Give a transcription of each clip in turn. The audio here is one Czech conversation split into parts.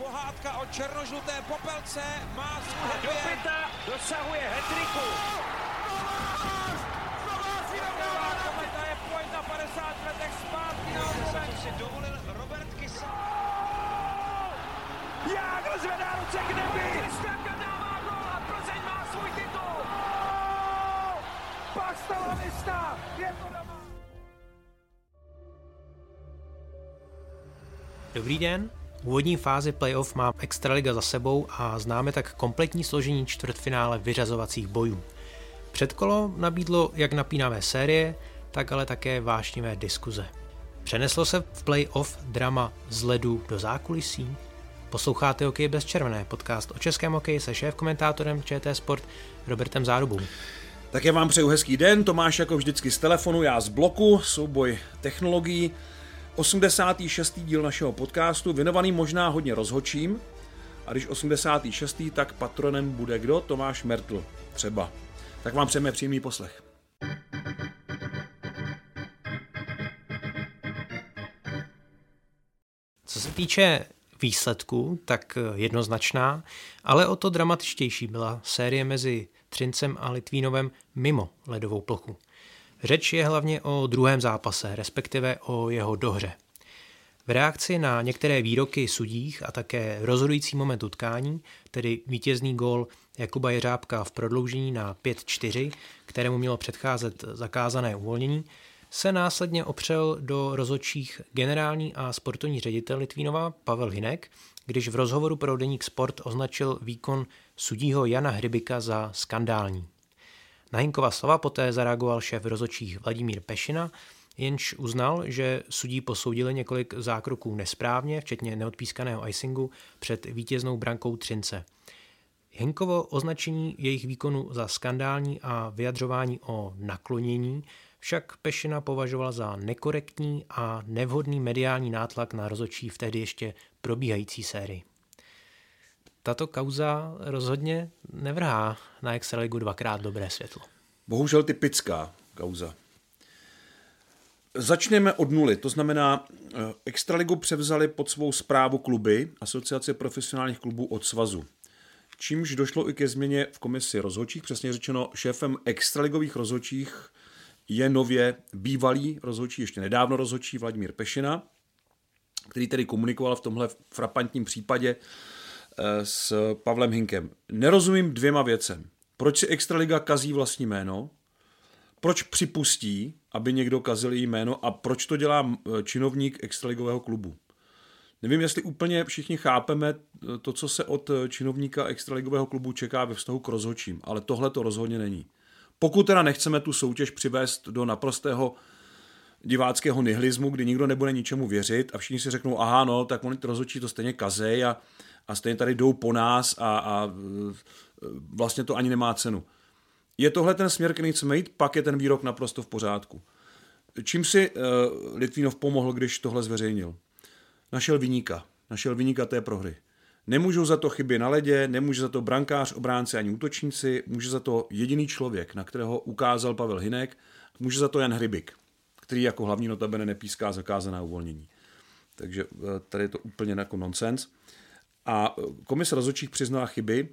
Pohádka o černožluté popelce má svůj happy end. Dopita dosahuje hat-tricku. Kometa je pojď na 50 letech zpátky na oblomek. Si dovolil Robert Kysa. Jágr zvedá ruce k nebi. Kristianka dává gól a Plzeň má svůj titul. Basta la vista, je to doma. Dobrý den. Úvodní fázi playoff má Extraliga za sebou a známe tak kompletní složení čtvrtfinále vyřazovacích bojů. Předkolo nabídlo jak napínavé série, tak ale také vášnivé diskuze. Přeneslo se v playoff drama z ledu do zákulisí? Posloucháte Hokej bez červené, podcast o českém hokeji se šéfkomentátorem ČT Sport Robertem Zárubou. Tak já vám přeju hezký den, Tomáš jako vždycky z telefonu, já z bloku, souboj technologií. 86. díl našeho podcastu, věnovaný možná hodně rozhodčím. A když 86. tak patronem bude kdo? Tomáš Mertl třeba. Tak vám přejeme příjemný poslech. Co se týče výsledků, tak jednoznačná, ale o to dramatičtější byla série mezi Třincem a Litvínovem mimo ledovou plochu. Řeč je hlavně o druhém zápase, respektive o jeho dohře. V reakci na některé výroky sudích a také rozhodující moment utkání, tedy vítězný gól Jakuba Jeřábka v prodloužení na 5-4, kterému mělo předcházet zakázané uvolnění, se následně opřel do rozhodčích generální a sportovní ředitel Litvínova Pavel Hynek, když v rozhovoru pro deník Sport označil výkon sudího Jana Hrybika za skandální. Na Hynkova slova poté zareagoval šéf rozhodčích Vladimír Pešina, jenž uznal, že sudí posoudili několik zákroků nesprávně, včetně neodpískaného icingu před vítěznou brankou Třince. Hynkovo označení jejich výkonu za skandální a vyjadřování o naklonění však Pešina považoval za nekorektní a nevhodný mediální nátlak na rozhodčí v tehdy ještě probíhající sérii. Tato kauza rozhodně nevrhá na Extraligu dvakrát dobré světlo. Bohužel typická kauza. Začneme od nuly, to znamená, Extraligu převzali pod svou správu kluby, Asociace profesionálních klubů od svazu. Čímž došlo i ke změně v komisi rozhodčích, přesně řečeno šéfem extraligových rozhodčích je nově bývalý rozhodčí, ještě nedávno rozhodčí Vladimír Pešina, který tedy komunikoval v tomhle frapantním případě s Pavlem Hynkem. Nerozumím dvěma věcem. Proč si Extraliga kazí vlastní jméno? Proč připustí, aby někdo kazil její jméno a proč to dělá činovník extraligového klubu? Nevím, jestli úplně všichni chápeme to, co se od činovníka extraligového klubu čeká ve vztahu k rozhodčím, ale tohle to rozhodně není. Pokud teda nechceme tu soutěž přivést do naprostého diváckého nihilismu, kdy nikdo nebude ničemu věřit a všichni si řeknou, aha, no, tak oni ty rozhodčí to stejně kazej a stejně tady jdou po nás a vlastně to ani nemá cenu. Je tohle ten směr, který chceme jít, pak je ten výrok naprosto v pořádku. Čím si Litvínov pomohl, když tohle zveřejnil? Našel viníka té prohry. Nemůžou za to chyby na ledě, nemůže za to brankář, obránci ani útočníci, může za to jediný člověk, na kterého ukázal Pavel Hynek, může za to Jan Hrybik, který jako hlavní notabene nepíská zakázaná uvolnění. Takže tady je to úplně jako nonsens. A komise rozhodčích přiznala chyby.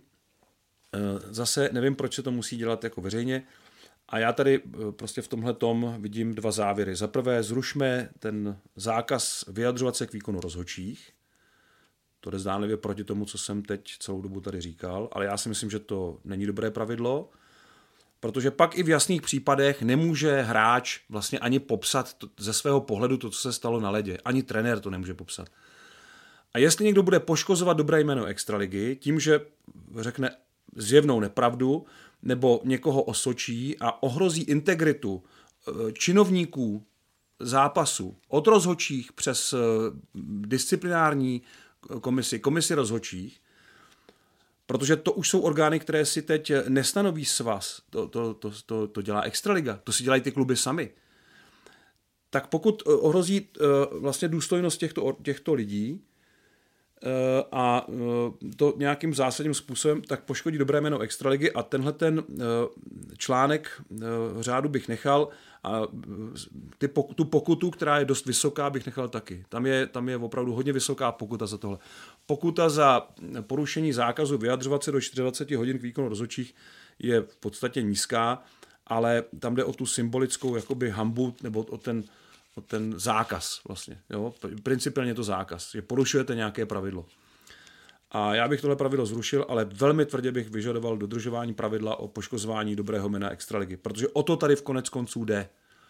Zase nevím, proč se to musí dělat jako veřejně. A já tady prostě v tomhle tom vidím dva závěry. Za prvé, zrušme ten zákaz vyjadřovat se k výkonu rozhodčích. To jde zdánlivě proti tomu, co jsem teď celou dobu tady říkal, ale já si myslím, že to není dobré pravidlo, protože pak i v jasných případech nemůže hráč vlastně ani popsat ze svého pohledu to, co se stalo na ledě. Ani trenér to nemůže popsat. A jestli někdo bude poškozovat dobré jméno Extraligy tím, že řekne zjevnou nepravdu nebo někoho osočí a ohrozí integritu činovníků zápasu od rozhodčích přes disciplinární komisi rozhodčích, protože to už jsou orgány, které si teď nestanoví svaz, to dělá Extraliga, to si dělají ty kluby sami. Tak pokud ohrozí vlastně důstojnost těchto lidí, a to nějakým zásadním způsobem tak poškodí dobré jméno extraligy a tenhle ten článek řádu bych nechal a tu pokutu, která je dost vysoká, bych nechal taky. Tam je opravdu hodně vysoká pokuta za tohle. Pokuta za porušení zákazu vyjadřovat se do 24 hodin k výkonu rozhodčích je v podstatě nízká, ale tam jde o tu symbolickou jakoby hanbu nebo o ten zákaz vlastně. Jo? Principiálně to zákaz, že porušujete nějaké pravidlo. A já bych tohle pravidlo zrušil, ale velmi tvrdě bych vyžadoval dodržování pravidla o poškozování dobrého jména extraligy, protože o to tady v konec konců jde.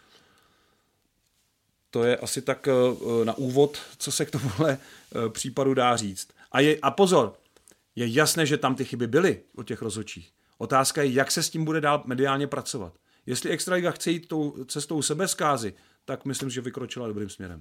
To je asi tak na úvod, co se k tomuhle případu dá říct. A pozor, je jasné, že tam ty chyby byly o těch rozhodčích. Otázka je, jak se s tím bude dál mediálně pracovat. Jestli extraliga chce jít tou cestou sebezkázy, tak myslím, že vykročila dobrým směrem.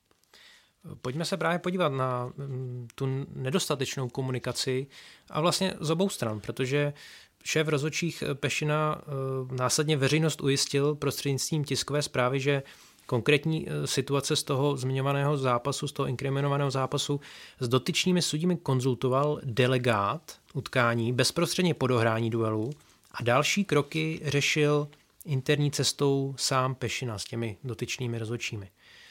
Pojďme se právě podívat na tu nedostatečnou komunikaci a vlastně z obou stran, protože šéf rozhodčích Pešina následně veřejnost ujistil prostřednictvím tiskové zprávy, že konkrétní situace z toho zmiňovaného zápasu, z toho inkriminovaného zápasu s dotyčnými sudími konzultoval delegát utkání bezprostředně po dohrání duelu a další kroky řešil interní cestou sám Pešina s těmi dotyčnými rozhodčími.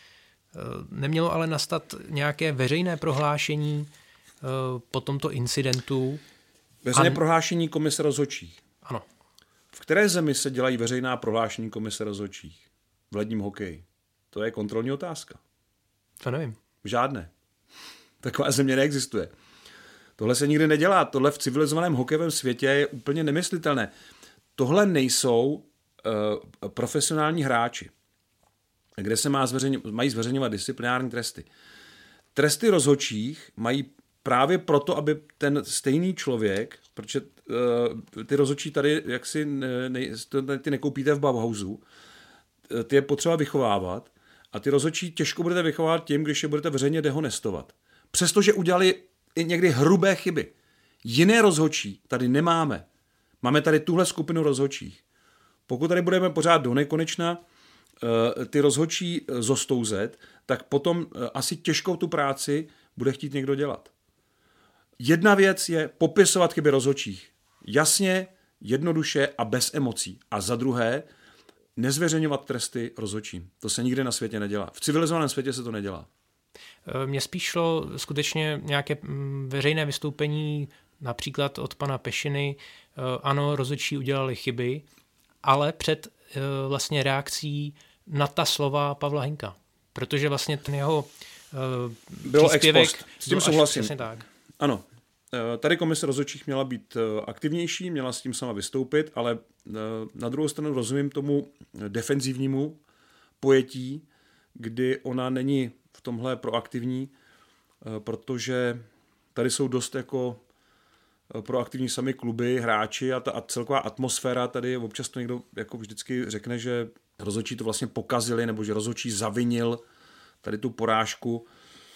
Nemělo ale nastat nějaké veřejné prohlášení po tomto incidentu? Veřejné prohlášení komise rozhodčích. Ano. V které zemi se dělají veřejná prohlášení komise rozhodčích? V ledním hokeji. To je kontrolní otázka. To nevím. Žádné. Taková země neexistuje. Tohle se nikdy nedělá. Tohle v civilizovaném hokejovém světě je úplně nemyslitelné. Tohle nejsou profesionální hráči, kde se mají zveřejňovat disciplinární tresty. Tresty rozhodčích mají právě proto, aby ten stejný člověk, protože ty rozhodčí tady jaksi ty nekoupíte v Bauhausu, ty je potřeba vychovávat a ty rozhodčí těžko budete vychovávat tím, když je budete veřejně dehonestovat. Přestože udělali i někdy hrubé chyby. Jiné rozhodčí tady nemáme. Máme tady tuhle skupinu rozhodčích. Pokud tady budeme pořád do nekonečna ty rozhodčí zostouzet, tak potom asi těžkou tu práci bude chtít někdo dělat. Jedna věc je popisovat chyby rozhodčích. Jasně, jednoduše a bez emocí. A za druhé, nezveřejňovat tresty rozhodčím. To se nikde na světě nedělá. V civilizovaném světě se to nedělá. Mně spíš šlo skutečně nějaké veřejné vystoupení, například od pana Pešiny. Ano, rozhodčí udělali chyby, ale před vlastně reakcí na ta slova Pavla Hynka. Protože vlastně ten jeho bylo příspěvek... ex post. S tím souhlasím. Přesně tak. Ano. Tady komise rozhodčích měla být aktivnější, měla s tím sama vystoupit, ale na druhou stranu rozumím tomu defenzivnímu pojetí, kdy ona není v tomhle proaktivní, protože tady jsou dost jako proaktivní sami kluby, hráči a celková atmosféra tady občas to někdo jako vždycky řekne, že rozhodčí to vlastně pokazili nebo že rozhodčí zavinil tady tu porážku.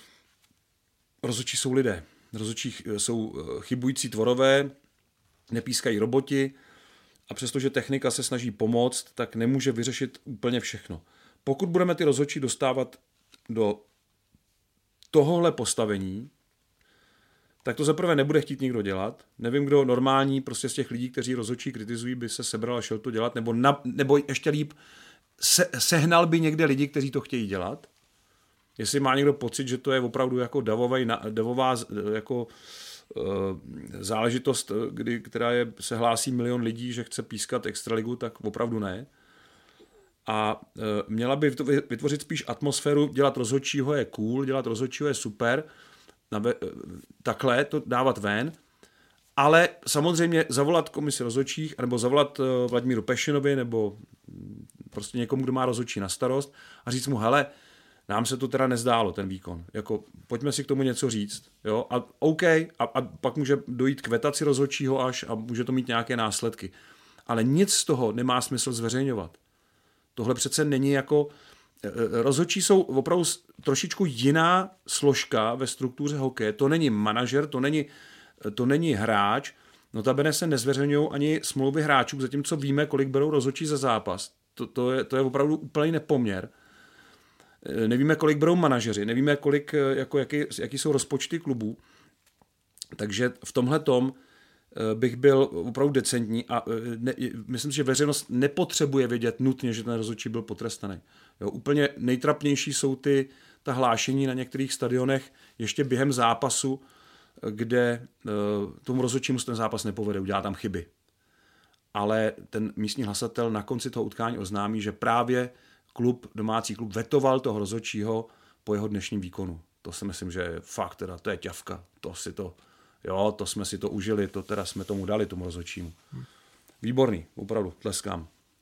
Rozhodčí jsou lidé. Rozhodčí jsou chybující tvorové, nepískají roboti a přestože technika se snaží pomoct, tak nemůže vyřešit úplně všechno. Pokud budeme ty rozhodčí dostávat do tohohle postavení, tak to zaprvé nebude chtít nikdo dělat. Nevím, kdo normální prostě z těch lidí, kteří rozhodčí kritizují, by se sebral a šel to dělat, nebo ještě líp sehnal by někde lidi, kteří to chtějí dělat. Jestli má někdo pocit, že to je opravdu jako davová jako záležitost, která se hlásí 1 milion lidí, že chce pískat extraligu, tak opravdu ne. A měla by vytvořit spíš atmosféru, dělat rozhodčího je cool, dělat rozhodčího je super, takhle to dávat ven, ale samozřejmě zavolat komisi rozhodčích, nebo zavolat Vladimíru Pešinovi, nebo prostě někomu, kdo má rozhodčí na starost a říct mu, hele, nám se to teda nezdálo, ten výkon. Jako, pojďme si k tomu něco říct. Jo? A OK, a pak může dojít k vetaci rozhodčího až a může to mít nějaké následky. Ale nic z toho nemá smysl zveřejňovat. Tohle přece není jako... Rozhodčí jsou opravdu trošičku jiná složka ve struktuře hokeje. To není manažer, to není hráč. Notabene se nezveřejňují ani smlouvy hráčů, zatímco víme, kolik berou rozhodčí za zápas. To je opravdu úplný nepoměr. nevíme, kolik berou manažeři, nevíme, kolik, jako jaký jsou rozpočty klubů, takže v tomhletom bych byl opravdu decentní a myslím si, že veřejnost nepotřebuje vědět nutně, že ten rozhodčí byl potrestaný. Jo, úplně nejtrapnější jsou ta hlášení na některých stadionech ještě během zápasu, kde tomu rozhodčímu se ten zápas nepovede, udělá tam chyby. Ale ten místní hlasatel na konci toho utkání oznámí, že právě domácí klub vetoval toho rozhodčího po jeho dnešním výkonu. To si myslím, že je fakt teda, to je ťavka. To jsme si to užili, to teda jsme tomu dali, tomu rozhodčímu. Výborný, opravdu, tleskám.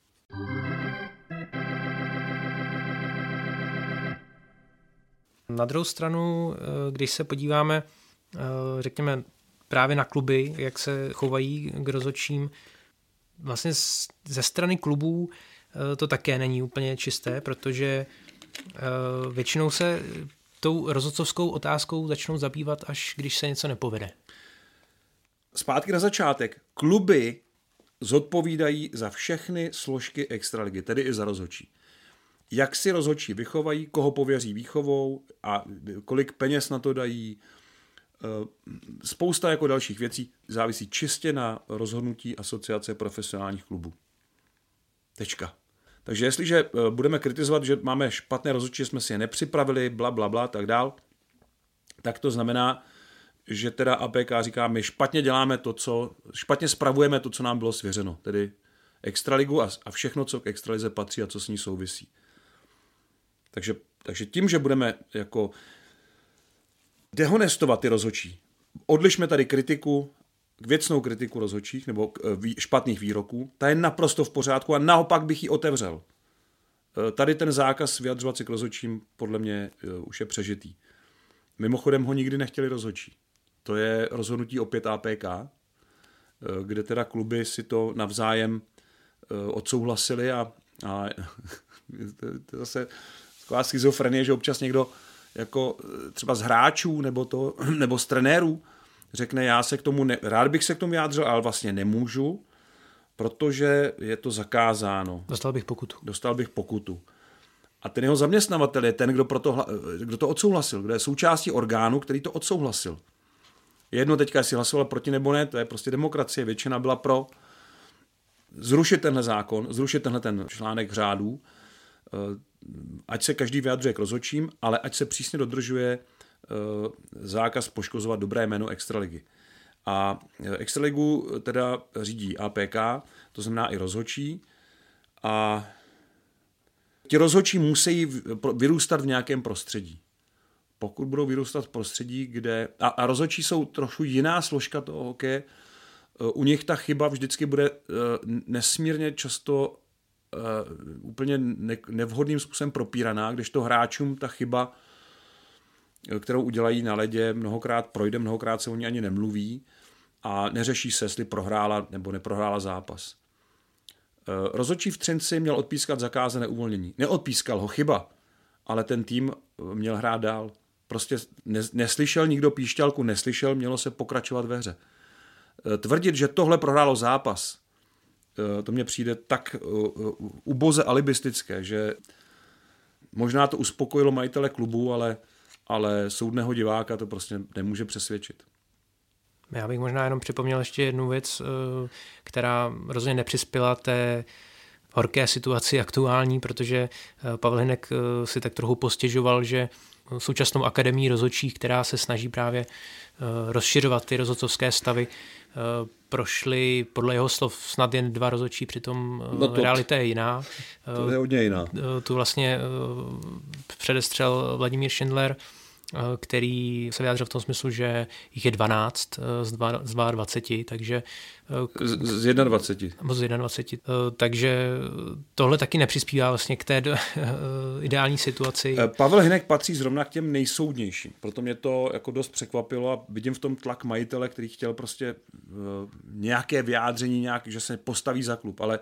Na druhou stranu, když se podíváme, řekněme, právě na kluby, jak se chovají k rozhodčím, vlastně ze strany klubů to také není úplně čisté, protože většinou se tou rozhodcovskou otázkou začnou zabývat, až když se něco nepovede. Zpátky na začátek. Kluby zodpovídají za všechny složky extraligy, tedy i za rozhodčí. Jak si rozhodčí vychovají, koho pověří výchovou a kolik peněz na to dají. Spousta jako dalších věcí závisí čistě na rozhodnutí Asociace profesionálních klubů. Tečka. Takže jestliže budeme kritizovat, že máme špatné rozhodčí, že jsme si je nepřipravili, bla, tak dál, tak to znamená, že teda APK říká, my špatně děláme špatně spravujeme to, co nám bylo svěřeno, tedy extraligu a všechno, co k extralize patří a co s ní souvisí. Takže tím, že budeme jako dehonestovat ty rozhodčí, odlišme tady věcnou kritiku rozhodčích nebo špatných výroků, ta je naprosto v pořádku a naopak bych ji otevřel. Tady ten zákaz vyjadřovat se k rozhodčím podle mě už je přežitý. Mimochodem ho nikdy nechtěli rozhodčí. To je rozhodnutí opět APK, kde teda kluby si to navzájem odsouhlasili a to zase taková schizofrenie, že občas někdo jako třeba z hráčů nebo z trenérů řekne, já se k tomu rád bych se k tomu vyjádřil, ale vlastně nemůžu, protože je to zakázáno. Dostal bych pokutu. A ten jeho zaměstnavatel je ten, kdo to odsouhlasil, kdo je součástí orgánu, který to odsouhlasil. Jedno teďka, jestli hlasoval proti nebo ne, to je prostě demokracie, většina byla pro. Zrušit tenhle zákon, zrušit tenhle ten článek řádů, ať se každý vyjadřuje k rozhodčím, ale ať se přísně dodržuje zákaz poškozovat dobré jméno extraligy. A extraligu teda řídí APK, to znamená i rozhodčí. A ti rozhodčí musí vyrůstat v nějakém prostředí. Pokud budou vyrůstat v prostředí, kde... A rozhodčí jsou trochu jiná složka toho hokeje, u nich ta chyba vždycky bude nesmírně často úplně nevhodným způsobem propíraná, kdežto hráčům ta chyba, kterou udělají na ledě, mnohokrát projde, mnohokrát se o ní ani nemluví a neřeší se, jestli prohrála nebo neprohrála zápas. Rozhodčí v Třinci měl odpískat zakázané uvolnění. Neodpískal ho, chyba, ale ten tým měl hrát dál. Prostě neslyšel nikdo píšťalku, mělo se pokračovat ve hře. Tvrdit, že tohle prohrálo zápas, to mně přijde tak uboze alibistické, že možná to uspokojilo majitele klubu, ale soudného diváka to prostě nemůže přesvědčit. Já bych možná jenom připomněl ještě jednu věc, která rozhodně nepřispěla té horké situaci aktuální, protože Pavel Hynek si tak trochu postěžoval, že současnou akademii rozhodčích, která se snaží právě rozšiřovat ty rozhodcovské stavy, prošly podle jeho slov snad jen 2 rozhodčí, přitom realita je jiná. To je hodně jiná. Tu vlastně předestřel Vladimír Šindler, který se vyjádřil v tom smyslu, že jich je 12 z 22, takže... Z 21. Z 21. Takže tohle taky nepřispívá vlastně k té ideální situaci. Pavel Hynek patří zrovna k těm nejsoudnějším, proto mě to jako dost překvapilo a vidím v tom tlak majitele, který chtěl prostě nějaké vyjádření, že se postaví za klub, ale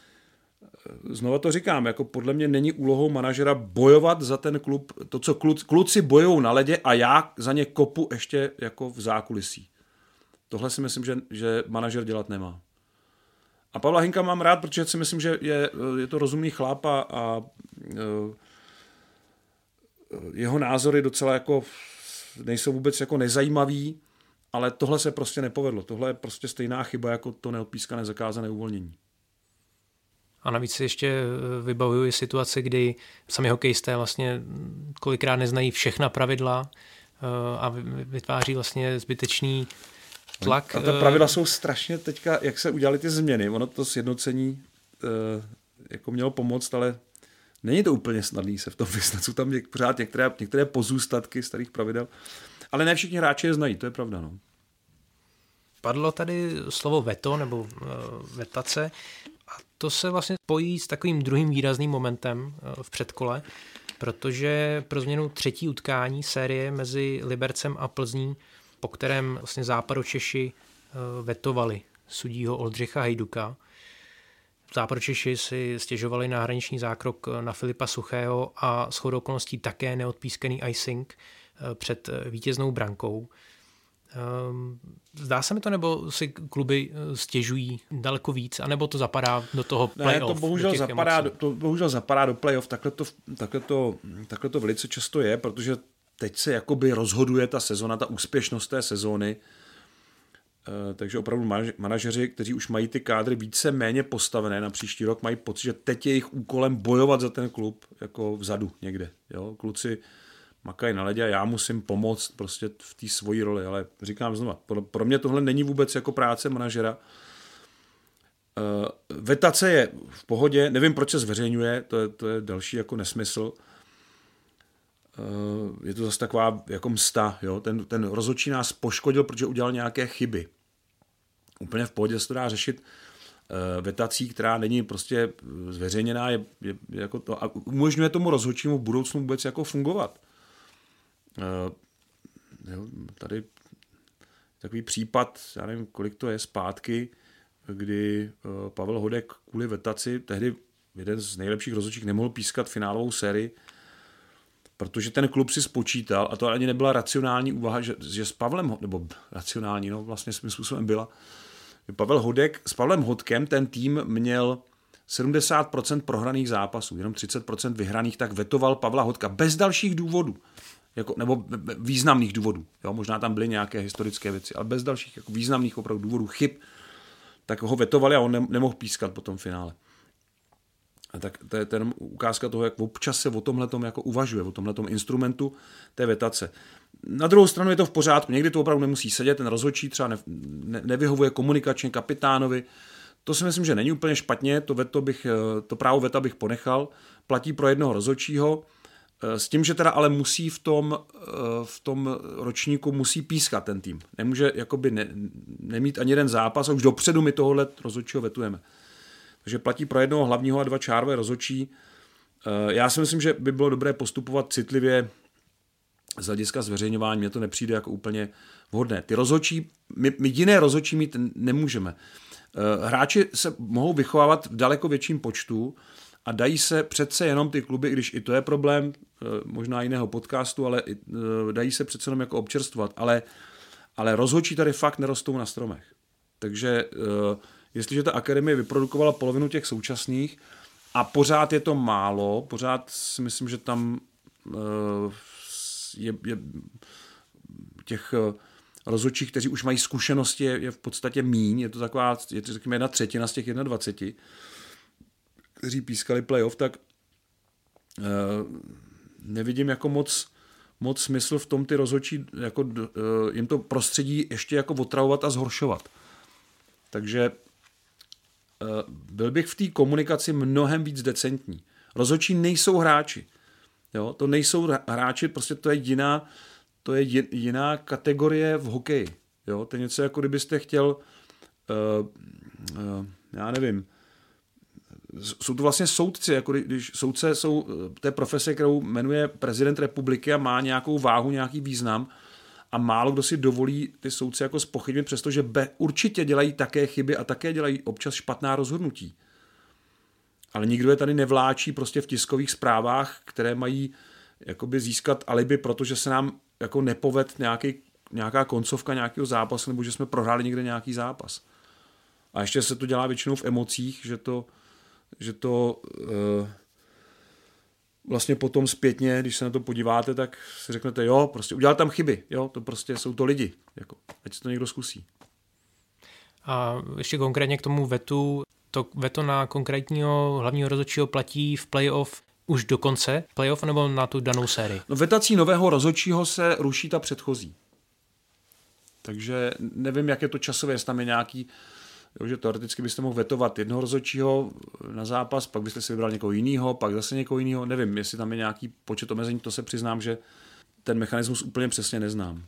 znovu to říkám, jako podle mě není úlohou manažera bojovat za ten klub, to, co kluci bojujou na ledě a já za ně kopu ještě jako v zákulisí. Tohle si myslím, že manažer dělat nemá. A Pavla Hynka mám rád, protože si myslím, že je to rozumný chlap a jeho názory docela jako nejsou vůbec jako nezajímavý, ale tohle se prostě nepovedlo. Tohle je prostě stejná chyba jako to neodpískané zakázané uvolnění. A navíc si ještě vybavuju situace, kdy sami hokejisté vlastně kolikrát neznají všechna pravidla a vytváří vlastně zbytečný tlak. A ta pravidla jsou strašně teďka, jak se udělaly ty změny. Ono to sjednocení jako mělo pomoct, ale není to úplně snadný se v tom vyznat. Jsou tam pořád některé pozůstatky starých pravidel, ale ne všichni hráči je znají, to je pravda. No. Padlo tady slovo veto nebo vetace a to se vlastně spojí s takovým druhým výrazným momentem v předkole, protože pro změnu třetí utkání série mezi Libercem a Plzní, po kterém vlastně Západočeši vetovali sudího Oldřicha Hejduka. Západočeši si stěžovali na hraniční zákrok na Filipa Suchého a shodou okolností také neodpískaný icing před vítěznou brankou. Zdá se mi to, nebo si kluby stěžují daleko víc, anebo to zapadá do toho play-off? Ne, to bohužel zapadá do play-off, takhle to velice často je, protože teď se jakoby rozhoduje ta sezona, ta úspěšnost té sezóny, takže opravdu manažeři, kteří už mají ty kádry více méně postavené na příští rok, mají pocit, že teď je jejich úkolem bojovat za ten klub jako vzadu někde. Jo? Kluci makají na ledě a já musím pomoct prostě v té svojí roli, ale říkám znova, pro mě tohle není vůbec jako práce manažera. Vetace je v pohodě, nevím, proč se zveřejňuje, to je další jako nesmysl. Je to zase taková jako msta, jo? Ten rozhodčí nás poškodil, protože udělal nějaké chyby. Úplně v pohodě se to dá řešit vetací, která není prostě zveřejněná, je jako to, a umožňuje tomu rozhodčímu v budoucnu vůbec jako fungovat. Tady takový případ, já nevím, kolik to je zpátky, kdy Pavel Hodek kvůli vetaci, tehdy jeden z nejlepších rozhodčích nemohl pískat finálovou sérii, protože ten klub si spočítal, a to ani nebyla racionální úvaha, že s Pavlem, nebo racionální, no vlastně svým způsobem byla, s Pavlem Hodkem ten tým měl 70% prohraných zápasů, jenom 30% vyhraných, tak vetoval Pavla Hodka bez dalších důvodů, nebo významných důvodů. Jo? Možná tam byly nějaké historické věci, ale bez dalších jako významných opravdu důvodů, chyb, tak ho vetovali a on nemohl pískat po tom finále. A tak to je ten ukázka toho, jak občas se o tomhletom jako uvažuje, o tomhletom instrumentu té vetace. Na druhou stranu je to v pořádku, někdy to opravdu nemusí sedět, ten rozhodčí třeba nevyhovuje komunikačně kapitánovi. To si myslím, že není úplně špatně, to právo veta bych ponechal, platí pro jednoho rozhodčího, s tím, že teda ale musí v tom ročníku musí pískat ten tým. Nemůže jakoby nemít ani jeden zápas a už dopředu my tohohle rozhodčího vetujeme. Takže platí pro jednoho hlavního a 2 čárové rozhodčí. Já si myslím, že by bylo dobré postupovat citlivě z hlediska zveřejňování. Mně to nepřijde jako úplně vhodné. Ty rozhodčí, my jiné rozhodčí mít nemůžeme. Hráči se mohou vychovávat v daleko větším počtu a dají se přece jenom ty kluby, i když i to je problém, možná jiného podcastu, ale dají se přece jenom jako občerstvovat. Ale rozhodčí tady fakt nerostou na stromech. Takže jestliže ta akademie vyprodukovala polovinu těch současných a pořád je to málo, pořád si myslím, že tam je těch rozhodčích, kteří už mají zkušenosti, je v podstatě míň, je to taková, je to řekněme 1/3 z těch 21, kteří pískali playoff, tak nevidím jako moc smysl v tom ty rozhodčí, jako jim to prostředí ještě jako otravovat a zhoršovat. Takže byl bych v té komunikaci mnohem víc decentní. Rozhodčí nejsou hráči. Jo? To nejsou hráči, prostě to je jiná kategorie v hokeji. Jo? To je něco, jako kdybyste chtěl, já nevím, jsou to vlastně soudci, jako když soudce jsou té profese, kterou jmenuje prezident republiky a má nějakou váhu, nějaký význam a málo kdo si dovolí ty soudce jako zpochybnit, přestože určitě dělají také chyby a také dělají občas špatná rozhodnutí. Ale nikdo je tady nevláčí prostě v tiskových zprávách, které mají jakoby získat alibi, protože se nám jako nepoved nějaká koncovka nějakého zápasu, nebo že jsme prohráli někde nějaký zápas. A ještě se to dělá většinou v emocích, že to vlastně potom zpětně, když se na to podíváte, tak si řeknete, jo, prostě udělal tam chyby, jo, to prostě jsou to lidi, jako, ať se to někdo zkusí. A ještě konkrétně k tomu vetu, to veto na konkrétního hlavního rozhodčího platí v playoff už do konce playoff nebo na tu danou sérii? No, vetací nového rozhodčího se ruší ta předchozí. Takže nevím, jak je to časové, jestli tam je nějaký, jo, že teoreticky byste mohl vetovat jednoho rozhodčího na zápas, pak byste si vybral někoho jiného, pak zase někoho jiného. Nevím, jestli tam je nějaký počet omezení, to se přiznám, že ten mechanismus úplně přesně neznám.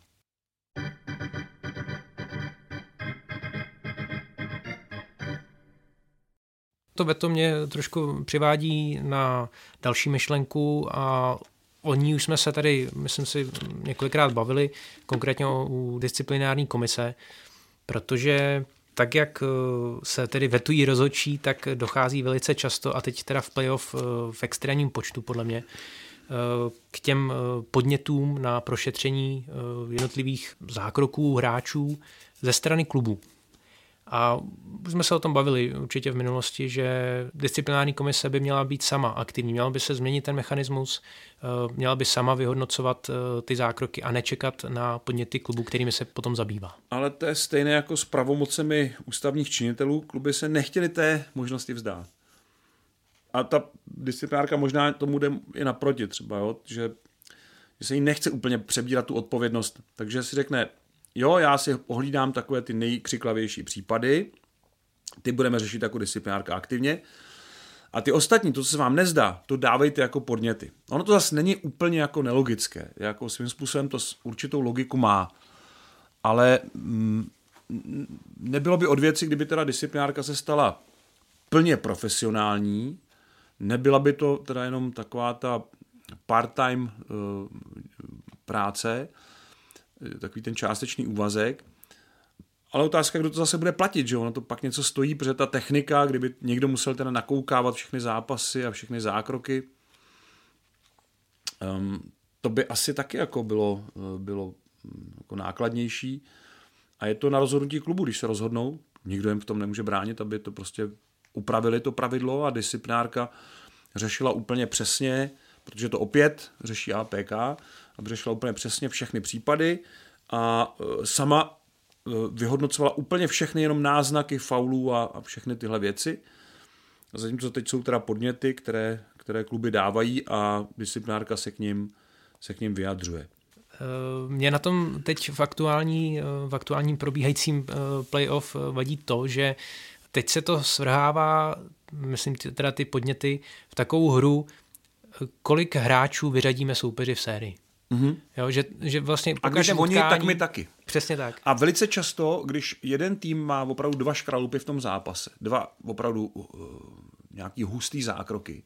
To veto mě trošku přivádí na další myšlenku a o ní už jsme se tady, myslím si, několikrát bavili, konkrétně u disciplinární komise, protože tak, jak se tedy vetují rozhodčí, tak dochází velice často, a teď teda v playoff v extrémním počtu, podle mě, k těm podnětům na prošetření jednotlivých zákroků hráčů ze strany klubů. A už jsme se o tom bavili určitě v minulosti, že disciplinární komise by měla být sama aktivní, měla by se změnit ten mechanismus, měla by sama vyhodnocovat ty zákroky a nečekat na podněty klubu, kterými se potom zabývá. Ale to je stejné jako s pravomocemi ústavních činitelů, kluby se nechtěli té možnosti vzdát. A ta disciplinárka možná tomu jde i naproti třeba, jo? Že se jí nechce úplně přebírat tu odpovědnost, takže si řekne, jo, já si ohlídám takové ty nejkřiklavější případy, ty budeme řešit jako disciplinárka aktivně a ty ostatní, to, co se vám nezdá, to dávejte jako podněty. Ono to zase není úplně jako nelogické, jako svým způsobem to určitou logiku má, ale nebylo by od věci, kdyby teda disciplinárka se stala plně profesionální, nebyla by to teda jenom taková ta part-time práce, takový ten částečný úvazek. Ale otázka, kdo to zase bude platit, že ono to pak něco stojí, protože ta technika, kdyby někdo musel teda nakoukávat všechny zápasy a všechny zákroky, to by asi taky jako bylo jako nákladnější. A je to na rozhodnutí klubu, když se rozhodnou, nikdo jim v tom nemůže bránit, aby to prostě upravili to pravidlo a disciplinárka řešila úplně přesně, protože to opět řeší APK, aby řešila úplně přesně všechny případy a sama vyhodnocovala úplně všechny jenom náznaky faulů a všechny tyhle věci. Zatímco teď jsou teda podněty, které kluby dávají a disciplinárka se k ním vyjadřuje. Mě na tom teď v aktuálním probíhajícím playoff vadí to, že teď se to svrhává, myslím teda ty podněty, v takovou hru, kolik hráčů vyřadíme soupeři v sérii. Mm-hmm. Jo, že vlastně a když oni, tak my taky. Přesně tak. A velice často, když jeden tým má opravdu 2 škralupy v tom zápase, 2 opravdu nějaký hustý zákroky,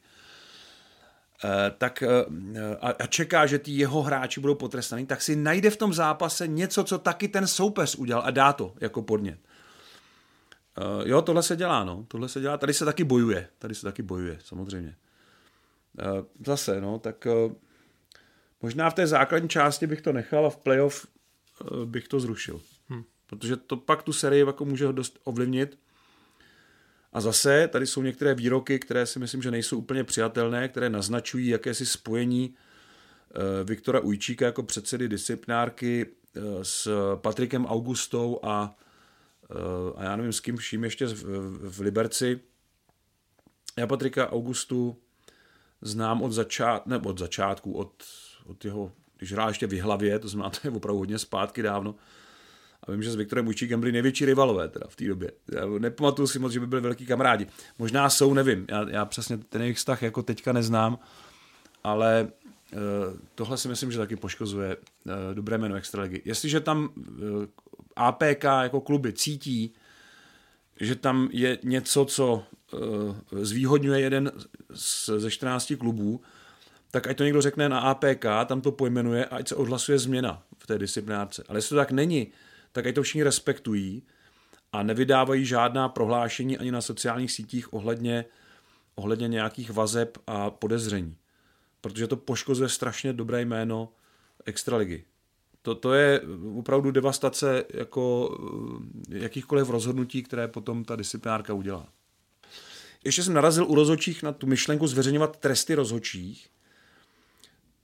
tak a čeká, že ty jeho hráči budou potrestaný, tak si najde v tom zápase něco, co taky ten soupeř udělal a dá to jako podnět. Jo, tohle se dělá, no. Tady se taky bojuje, samozřejmě. Zase, no, tak možná v té základní části bych to nechal a v playoff bych to zrušil. Protože to pak tu sérii jako může dost ovlivnit. A zase tady jsou některé výroky, které si myslím, že nejsou úplně přijatelné, které naznačují jakési spojení Viktora Ujčíka jako předsedy disciplinárky s Patrikem Augustou a já nevím s kým vším ještě v Liberci. Já Patrika Augustu znám od začátku, od jeho, když hrál ještě v Jihlavě, to znamená, to je opravdu hodně zpátky dávno. A vím, že s Viktorem Ujčíkem byli největší rivalové teda v té době. Já nepamatuju si moc, že by byli velký kamarádi. Možná jsou, nevím. Já přesně ten jejich vztah jako teďka neznám, ale tohle si myslím, že taky poškozuje dobré jméno extraligy. Jestliže tam APK jako kluby cítí, že tam je něco, co zvýhodňuje jeden ze 14 klubů, tak ať to někdo řekne na APK, tam to pojmenuje a ať se odhlasuje změna v té disciplinárce. Ale jestli to tak není, tak ať to všichni respektují a nevydávají žádná prohlášení ani na sociálních sítích ohledně nějakých vazeb a podezření. Protože to poškozuje strašně dobré jméno extraligy. To je opravdu devastace jako jakýchkoliv rozhodnutí, které potom ta disciplinárka udělá. Ještě jsem narazil u rozhodčích na tu myšlenku zveřejňovat tresty rozhodčích.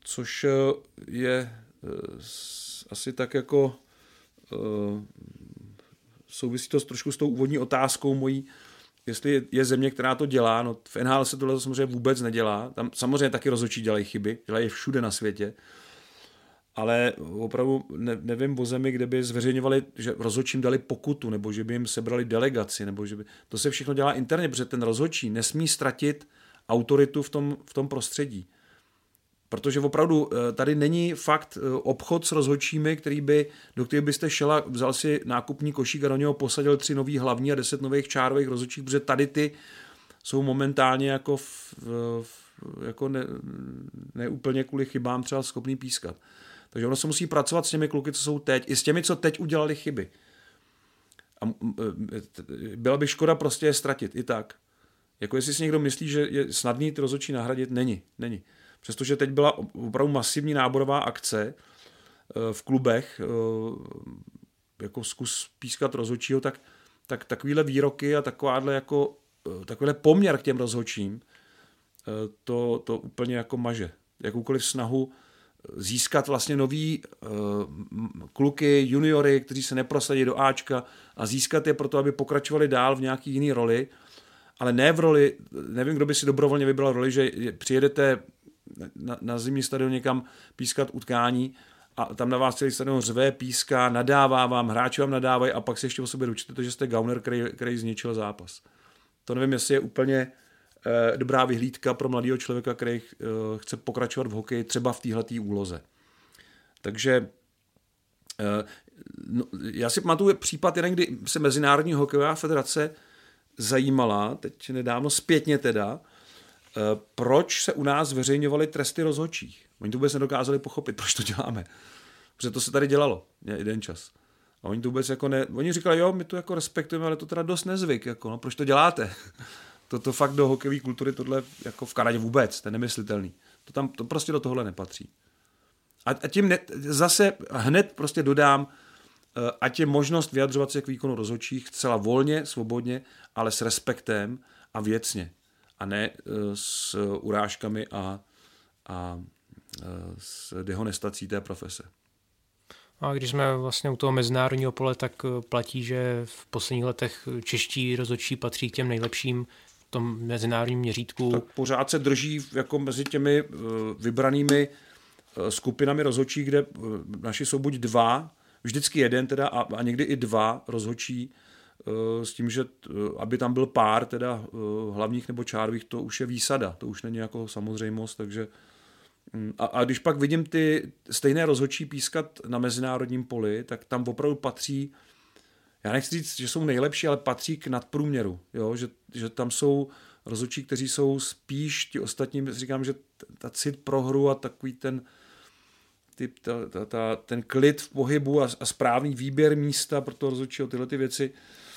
což je asi tak jako souvisí to trošku s tou úvodní otázkou mojí, jestli je země, která to dělá. No, v NHL se tohle samozřejmě vůbec nedělá. Tam samozřejmě taky rozhodčí dělají chyby, dělají všude na světě. Ale opravdu nevím o zemi, kde by zveřejňovali, že rozhodčím dali pokutu, nebo že by jim sebrali delegaci, nebo že by... To se všechno dělá interně, protože ten rozhodčí nesmí ztratit autoritu v tom prostředí. Protože opravdu tady není fakt obchod s rozhodčími, do kterých byste šel, vzal si nákupní košík a do něho posadil 3 nový hlavní a 10 nových čárových rozhodčích, protože tady ty jsou momentálně jako ne úplně kvůli chybám třeba schopný pískat. Takže ono se musí pracovat s těmi kluky, co jsou teď, i s těmi, co teď udělali chyby. A byla by škoda prostě je ztratit, i tak. Jako jestli si někdo myslí, že je snadný ty rozhodčí nahradit, není. Přestože teď byla opravdu masivní náborová akce v klubech, jako zkus pískat rozhodčího, tak takovýhle výroky a takovýhle poměr k těm rozhodčím, to úplně jako maže. Jakoukoliv snahu získat vlastně nový kluky, juniory, kteří se neprosadí do Ačka a získat je proto, aby pokračovali dál v nějaký jiný roli, ale ne v roli, nevím, kdo by si dobrovolně vybral roli, že přijedete na zimní stadion někam pískat utkání a tam na vás celý stadion řve, píská, nadává vám, hráči vám nadávají a pak si ještě o sobě dočtete, že jste gauner, který zničil zápas. To nevím, jestli je úplně dobrá vyhlídka pro mladého člověka, který chce pokračovat v hokeji třeba v téhletý úloze. Takže já si pamatuju případ jeden, kdy se Mezinárodní hokejová federace zajímala, teď nedávno zpětně teda, proč se u nás zveřejňovaly tresty rozhodčích. Oni to vůbec nedokázali pochopit, proč to děláme. Protože to se tady dělalo jeden čas. A oni to vůbec jako oni říkali, jo, my to jako respektujeme, ale to teda dost nezvyk, jako, no, proč to děláte? To fakt do hokejové kultury tohle jako v Kanadě vůbec, to je nemyslitelný. To prostě do tohle nepatří. A tím zase hned prostě dodám, ať je možnost vyjadřovat se k výkonu rozhodčích zcela volně, svobodně, ale s respektem a věcně. A ne s urážkami a s dehonestací té profese. A když jsme vlastně u toho mezinárodního pole, tak platí, že v posledních letech čeští rozhodčí patří k těm nejlepším v tom mezinárodním měřítku. Tak pořád se drží jako mezi těmi vybranými skupinami rozhodčích, kde naši jsou buď 2, vždycky jeden teda a někdy i 2 rozhodčí, s tím, že aby tam byl pár teda hlavních nebo čárových, to už je výsada, to už není jako samozřejmost, takže a když pak vidím ty stejné rozhodčí pískat na mezinárodním poli, tak tam opravdu patří, já nechci říct, že jsou nejlepší, ale patří k nadprůměru, jo? Že tam jsou rozhodčí, kteří jsou spíš ti ostatní, říkám, že ta cit pro hru a takový ten klid v pohybu a správný výběr místa pro toho rozhodčího, tyhle ty věci,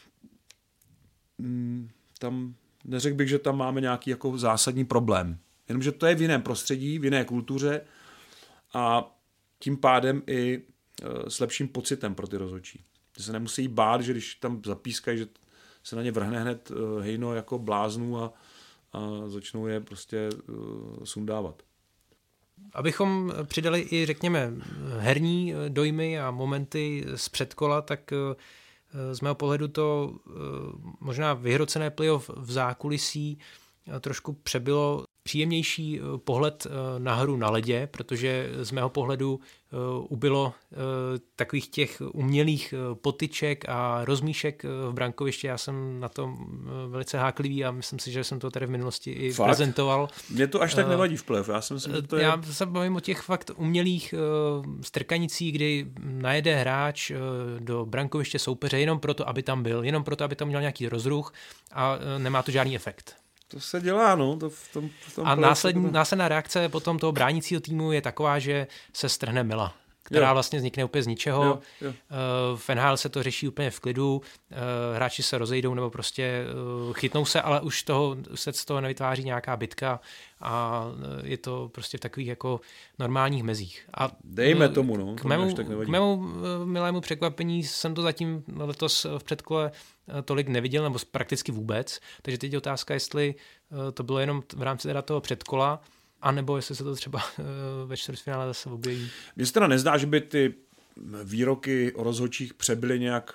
tam neřekl bych, že tam máme nějaký jako zásadní problém. Jenomže to je v jiném prostředí, v jiné kultuře a tím pádem i s lepším pocitem pro ty rozhodčí. Ty se nemusí bát, že když tam zapískají, že se na ně vrhne hned hejno jako bláznů a začnou je prostě sundávat. Abychom přidali i, řekněme, herní dojmy a momenty z předkola, tak z mého pohledu to možná vyhrocené playoff v zákulisí trošku přebylo příjemnější pohled na hru na ledě, protože z mého pohledu ubylo takových těch umělých potyček a rozmíšek v brankovišti. Já jsem na tom velice háklivý a myslím si, že jsem to tady v minulosti i prezentoval. Mně to až tak nevadí v playoff. Já se bavím o těch fakt umělých strkanicí, kdy najede hráč do brankoviště soupeře jenom proto, aby tam byl, jenom proto, aby tam měl nějaký rozruch a nemá to žádný efekt. To se dělá, no. V tom a následná reakce potom toho bránícího týmu je taková, že se strhne mila, která vlastně vznikne úplně z ničeho. Jo. V NHL se to řeší úplně v klidu, hráči se rozejdou nebo prostě chytnou se, ale už se z toho nevytváří nějaká bitka a je to prostě v takových jako normálních mezích. A dejme tomu, no. K mému milému překvapení jsem to zatím letos v předkole tolik neviděl, nebo prakticky vůbec. Takže teď je otázka, jestli to bylo jenom v rámci teda toho předkola, anebo jestli se to třeba ve čtvrtfinále zase objeví. Mně se teda nezdá, že by ty výroky o rozhodčích přebyly nějak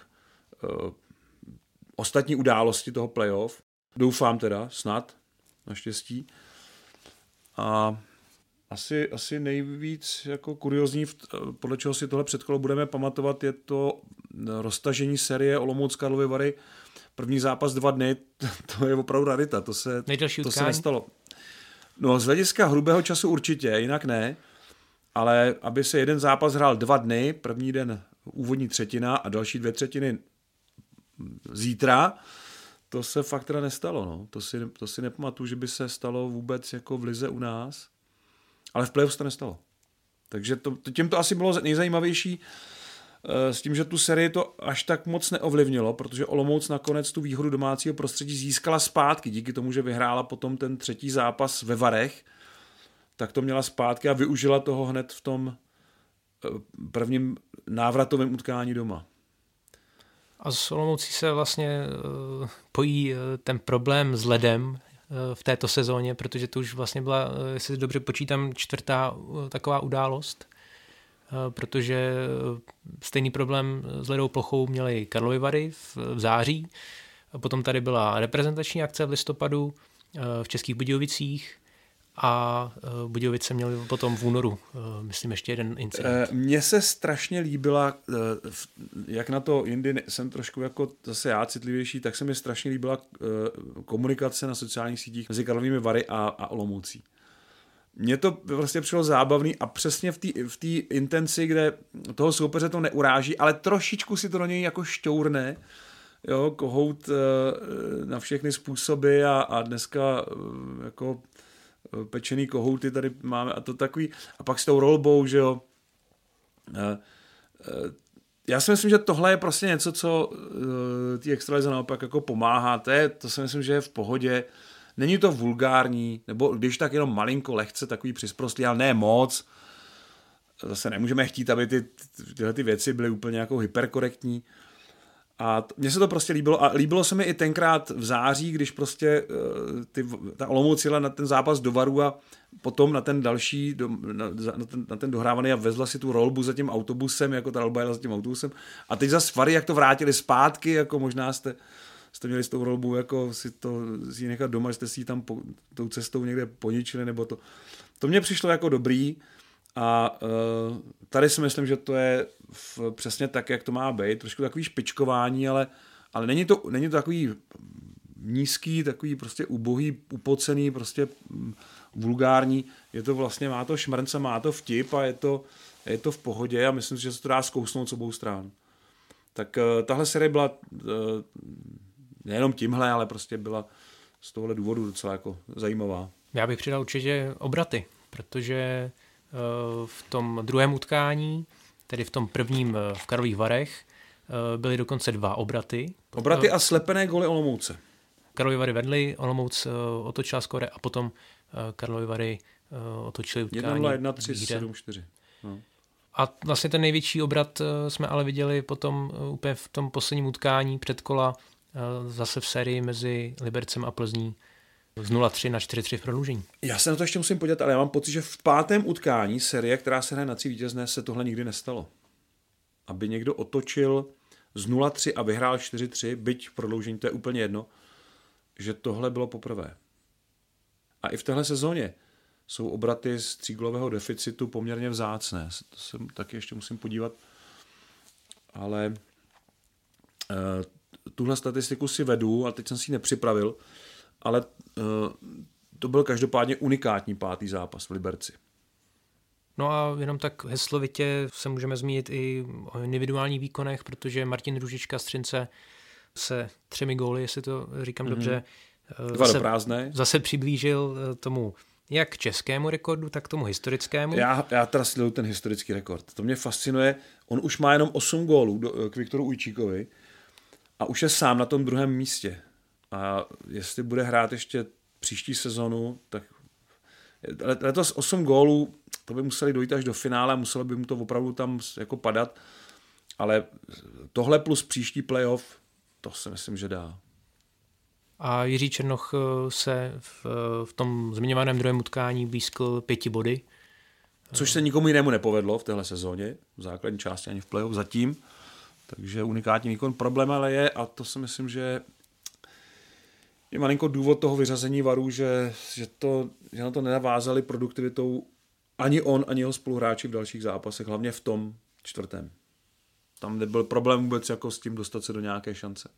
ostatní události toho playoff. Doufám teda, snad, naštěstí. A asi nejvíc jako kuriozní, podle čeho si tohle předkolo budeme pamatovat, je to roztažení série Olomouc Karlovy Vary. První zápas 2 dny, to je opravdu rarita, to se nestalo. No z hlediska hrubého času určitě, jinak ne, ale aby se jeden zápas hrál 2 dny, první den úvodní třetina a další 2 třetiny zítra, to se fakt teda nestalo. No. To si nepamatuju, že by se stalo vůbec jako v lize u nás, ale v playoff se to nestalo. Takže tím to asi bylo nejzajímavější, s tím, že tu sérii to až tak moc neovlivnilo, protože Olomouc nakonec tu výhodu domácího prostředí získala zpátky, díky tomu, že vyhrála potom ten třetí zápas ve Varech, tak to měla zpátky a využila toho hned v tom prvním návratovém utkání doma. A s Olomoucí se vlastně pojí ten problém s ledem v této sezóně, protože to už vlastně byla, jestli dobře počítám, 4. taková událost, protože stejný problém s ledovou plochou měly Karlovy Vary v září, potom tady byla reprezentační akce v listopadu v Českých Budějovicích a Budějovice měly potom v únoru, myslím, ještě jeden incident. Mně se strašně líbila, jak na to jindy jsem trošku jako zase já citlivější, tak se mi strašně líbila komunikace na sociálních sítích mezi Karlovými Vary a Olomoucí. Mně to prostě přišlo zábavný a přesně v té intenci, kde toho soupeře to neuráží, ale trošičku si to do něj jako šťourne, jo, kohout na všechny způsoby a dneska jako pečený kohouty tady máme a to takový, a pak s tou rolbou, že jo. Já si myslím, že tohle je prostě něco, co té extralize naopak jako pomáhá, to si myslím, že je v pohodě. Není to vulgární, nebo když tak jenom malinko, lehce takový přisprostlý, ale ne moc. Zase nemůžeme chtít, aby tyhle ty věci byly úplně jako hyperkorektní. A mně se to prostě líbilo a líbilo se mi i tenkrát v září, když prostě ta Olomouc jela na ten zápas do Varu a potom na ten další, na ten dohrávaný a vezla si tu rolbu za tím autobusem, jako ta rolba jela za tím autobusem. A teď zase Vary, jak to vrátili zpátky, jako možná jste měli s tou rolbou jako si ji nechat doma, jste si ji tam tou cestou někde poničili, nebo to. To mně přišlo jako dobrý a tady si myslím, že to je přesně tak, jak to má být. Trošku takový špičkování, ale není to takový nízký, takový prostě ubohý, upocený, prostě vulgární. Je to vlastně, má to šmrnce, má to vtip a je to v pohodě a myslím si, že se to dá zkousnout s obou stran. Tak tahle série byla nejenom tímhle, ale prostě byla z tohohle důvodu docela jako zajímavá. Já bych přidal určitě obraty, protože v tom druhém utkání, tedy v tom prvním v Karlových Varech, byly dokonce 2 obraty. Obraty a slepené góly Olomouce. Karlovy Vary vedly, Olomouc otočila skóre a potom Karlovy Vary otočili utkání. 1-0, 1-3, 7-4. No. A vlastně ten největší obrat jsme ale viděli potom úplně v tom posledním utkání předkola zase v sérii mezi Libercem a Plzní z 0-3 na 4-3 v prodloužení. Já se na to ještě musím podívat, ale já mám pocit, že v 5. utkání série, která se hraje na 3 vítězné, se tohle nikdy nestalo. Aby někdo otočil z 0-3 a vyhrál 4-3, byť v prodloužení, to je úplně jedno, že tohle bylo poprvé. A i v téhle sezóně jsou obraty z 3gólového deficitu poměrně vzácné. To se taky ještě musím podívat. Ale tuhle statistiku si vedu a teď jsem si ji nepřipravil, ale to byl každopádně unikátní 5. zápas v Liberci. No a jenom tak heslovitě se můžeme zmínit i o individuálních výkonech, protože Martin Růžička z Třince se 3 góly, jestli to říkám dobře, 2 do prázdné. Zase přiblížil tomu jak českému rekordu, tak tomu historickému. Já teda sleduju ten historický rekord. To mě fascinuje. On už má jenom 8 gólů k Viktoru Ujčíkovi a už je sám na tom druhém místě. A jestli bude hrát ještě příští sezonu, tak letos 8 gólů, to by museli dojít až do finále, muselo by mu to opravdu tam jako padat, ale tohle plus příští playoff, to si myslím, že dá. A Jiří Černoch se v tom zmiňovaném druhém utkání blízkl 5 body. Což se nikomu jinému nepovedlo v téhle sezóně, v základní části ani v playoff zatím. Takže unikátní výkon. Problém ale je, a to si myslím, že je malinko důvod toho vyřazení Varu, že na to nenavázali produktivitou ani on, ani jeho spoluhráči v dalších zápasech, hlavně v tom 4. Tam nebyl problém vůbec jako s tím dostat se do nějaké šance.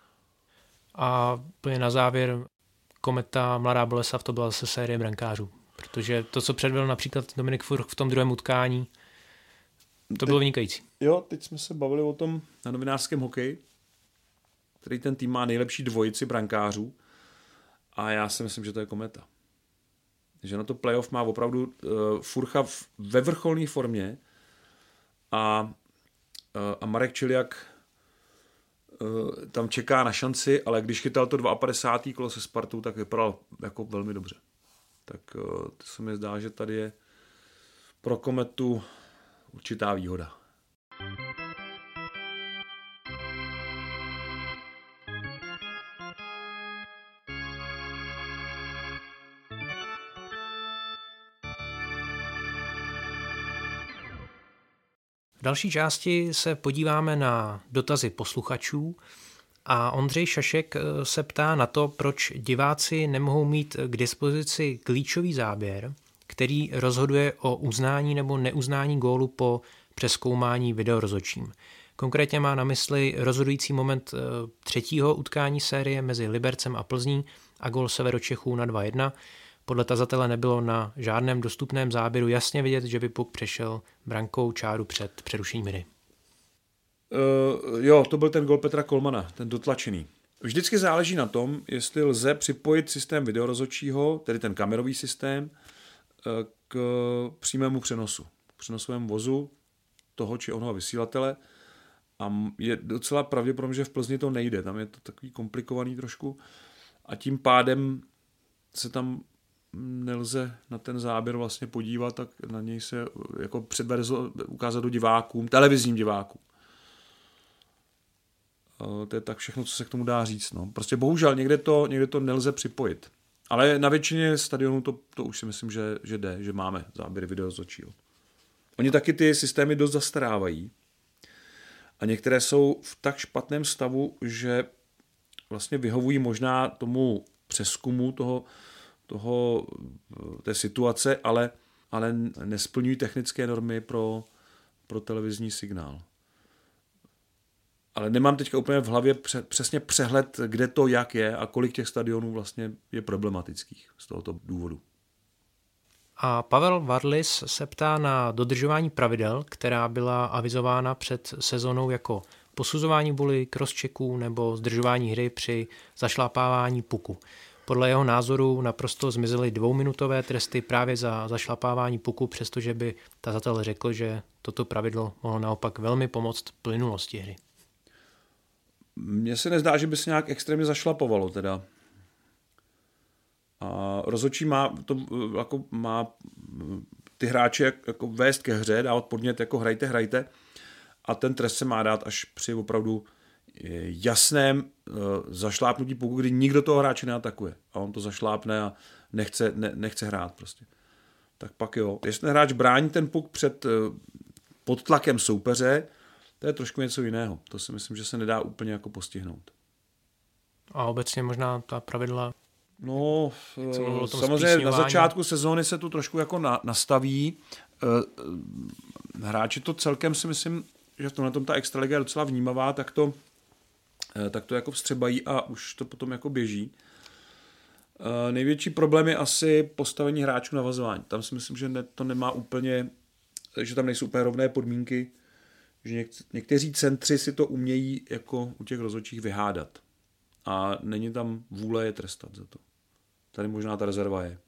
A úplně na závěr Kometa Mladá Boleslav, to byla zase série brankářů. Protože to, co předvedl například Dominik Furch v tom druhém utkání, to bylo vynikající. Jo, teď jsme se bavili o tom na novinářském hokeji, který ten tým má nejlepší dvojici brankářů a já si myslím, že to je Kometa. Že na to playoff má opravdu Furcha ve vrcholné formě a Marek Čiliak tam čeká na šanci, ale když chytal to 52. kolo se Spartou, tak vypadal jako velmi dobře. Tak to se mi zdá, že tady je pro Kometu určitá výhoda. V další části se podíváme na dotazy posluchačů a Ondřej Šašek se ptá na to, proč diváci nemohou mít k dispozici klíčový záběr, který rozhoduje o uznání nebo neuznání gólu po přezkoumání videorozhodčím. Konkrétně má na mysli rozhodující moment 3. utkání série mezi Libercem a Plzní a gól Severočechů na 2-1. Podle tazatele nebylo na žádném dostupném záběru jasně vidět, že by puk přešel brankou čáru před přerušením hry. Jo, to byl ten gól Petra Kolmana, ten dotlačený. Vždycky záleží na tom, jestli lze připojit systém videorozhodčího, tedy ten kamerový systém, k přímému přenosu, k přenosovému vozu toho či onoho vysílatele. A je docela pravděpodobné, že v Plzni to nejde, tam je to takový komplikovaný trošku a tím pádem se tam nelze na ten záběr vlastně podívat, tak na něj se jako ukázat do divákům, televizním divákům. To je tak všechno, co se k tomu dá říct. No. Prostě bohužel někde to nelze připojit. Ale na většině stadionů to už si myslím, že jde, že máme záběry videorozhodčího. Oni taky ty systémy dost zastarávají. A některé jsou v tak špatném stavu, že vlastně vyhovují možná tomu přezkumu té situace, ale nesplňují technické normy pro televizní signál. Ale nemám teďka úplně v hlavě přesně přehled, kde to jak je a kolik těch stadionů vlastně je problematických z tohoto důvodu. A Pavel Varlis se ptá na dodržování pravidel, která byla avizována před sezónou jako posuzování buly, crosschecků nebo zdržování hry při zašlapávání puku. Podle jeho názoru naprosto zmizely 2minutové tresty právě za zašlapávání puku, přestože by tazatel řekl, že toto pravidlo mohlo naopak velmi pomoct plynulosti hry. Mně se nezdá, že by se nějak extrémně zašlapovalo teda. A rozhodčí má ty hráče jako vést ke hře, dávat podnět jako hrajte a ten trest se má dát až při opravdu jasném zašlápnutí puku, kdy nikdo toho hráče neatakuje a on to zašlápne a nechce hrát prostě. Tak pak jo. Jestli ten hráč brání ten puk pod tlakem soupeře, to je trošku něco jiného. To si myslím, že se nedá úplně jako postihnout. A obecně možná ta pravidla... No, samozřejmě na začátku sezóny se tu trošku jako nastaví. Hráči to celkem si myslím, že v tomhle ta extraliga je docela vnímavá, tak to jako vstřebají a už to potom jako běží. Největší problém je asi postavení hráčů na vazování. Tam si myslím, že to nemá úplně, že tam nejsou úplně rovné podmínky, že někteří centři si to umějí jako u těch rozhodčích vyhádat. A není tam vůle je trestat za to. Tady možná ta rezerva je.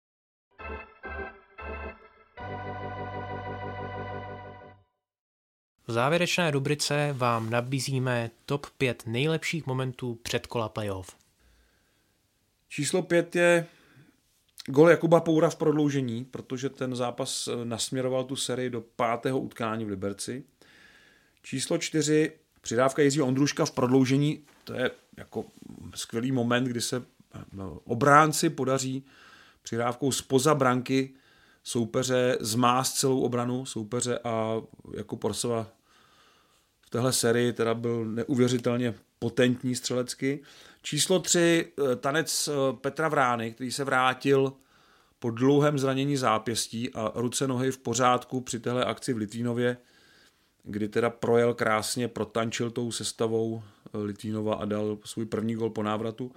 V závěrečné rubrice vám nabízíme top 5 nejlepších momentů předkola playoff. Číslo 5 je gól Jakuba Poura v prodloužení, protože ten zápas nasměroval tu sérii do 5. utkání v Liberci. Číslo 4 přidávka Jiřího Ondruška v prodloužení, to je jako skvělý moment, kdy se obránci podaří přihrávkou zpoza branky soupeře zmást celou obranu soupeře a Jakub Orsova v téhle sérii teda byl neuvěřitelně potentní střelecky. Číslo 3, tanec Petra Vrány, který se vrátil po dlouhém zranění zápěstí a ruce nohy v pořádku při téhle akci v Litvínově, kdy teda projel krásně, protančil tou sestavou Litvínova a dal svůj první gol po návratu.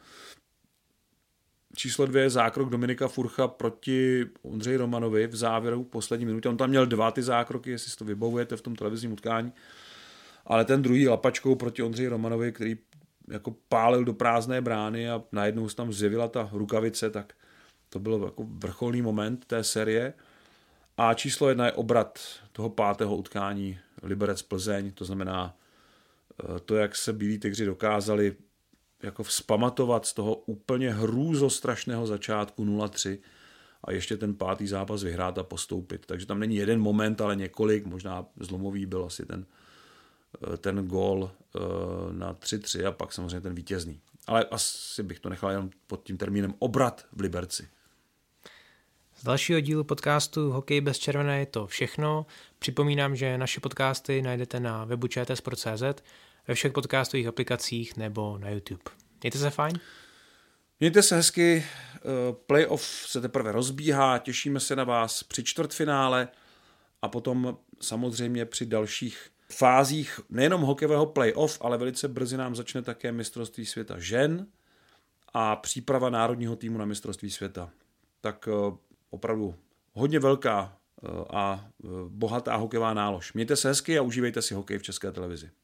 Číslo 2 je zákrok Dominika Furcha proti Ondřeji Romanovi v závěru poslední minutě. On tam měl 2 ty zákroky, jestli si to vybavujete v tom televizním utkání. Ale ten druhý lapačkou proti Ondřeji Romanovi, který jako pálil do prázdné brány a najednou se tam zjevila ta rukavice, tak to byl jako vrcholný moment té série. A číslo 1 je obrat toho 5. utkání Liberec Plzeň, to znamená to, jak se Bílí tygři dokázali jako vzpamatovat z toho úplně hrůzostrašného začátku 0-3 a ještě ten 5. zápas vyhrát a postoupit. Takže tam není jeden moment, ale několik, možná zlomový byl asi ten gól na 3-3 a pak samozřejmě ten vítězný. Ale asi bych to nechal jenom pod tím termínem obrat v Liberci. Z dalšího dílu podcastu Hokej bez červené je to všechno. Připomínám, že naše podcasty najdete na webu čtsport.cz, ve všech podcastových aplikacích nebo na YouTube. Mějte se fajn. Mějte se hezky, playoff se teprve rozbíhá, těšíme se na vás při čtvrtfinále a potom samozřejmě při dalších fázích nejenom hokejového playoff, ale velice brzy nám začne také mistrovství světa žen a příprava národního týmu na mistrovství světa. Tak opravdu hodně velká a bohatá hokejová nálož. Mějte se hezky a užívejte si hokej v České televizi.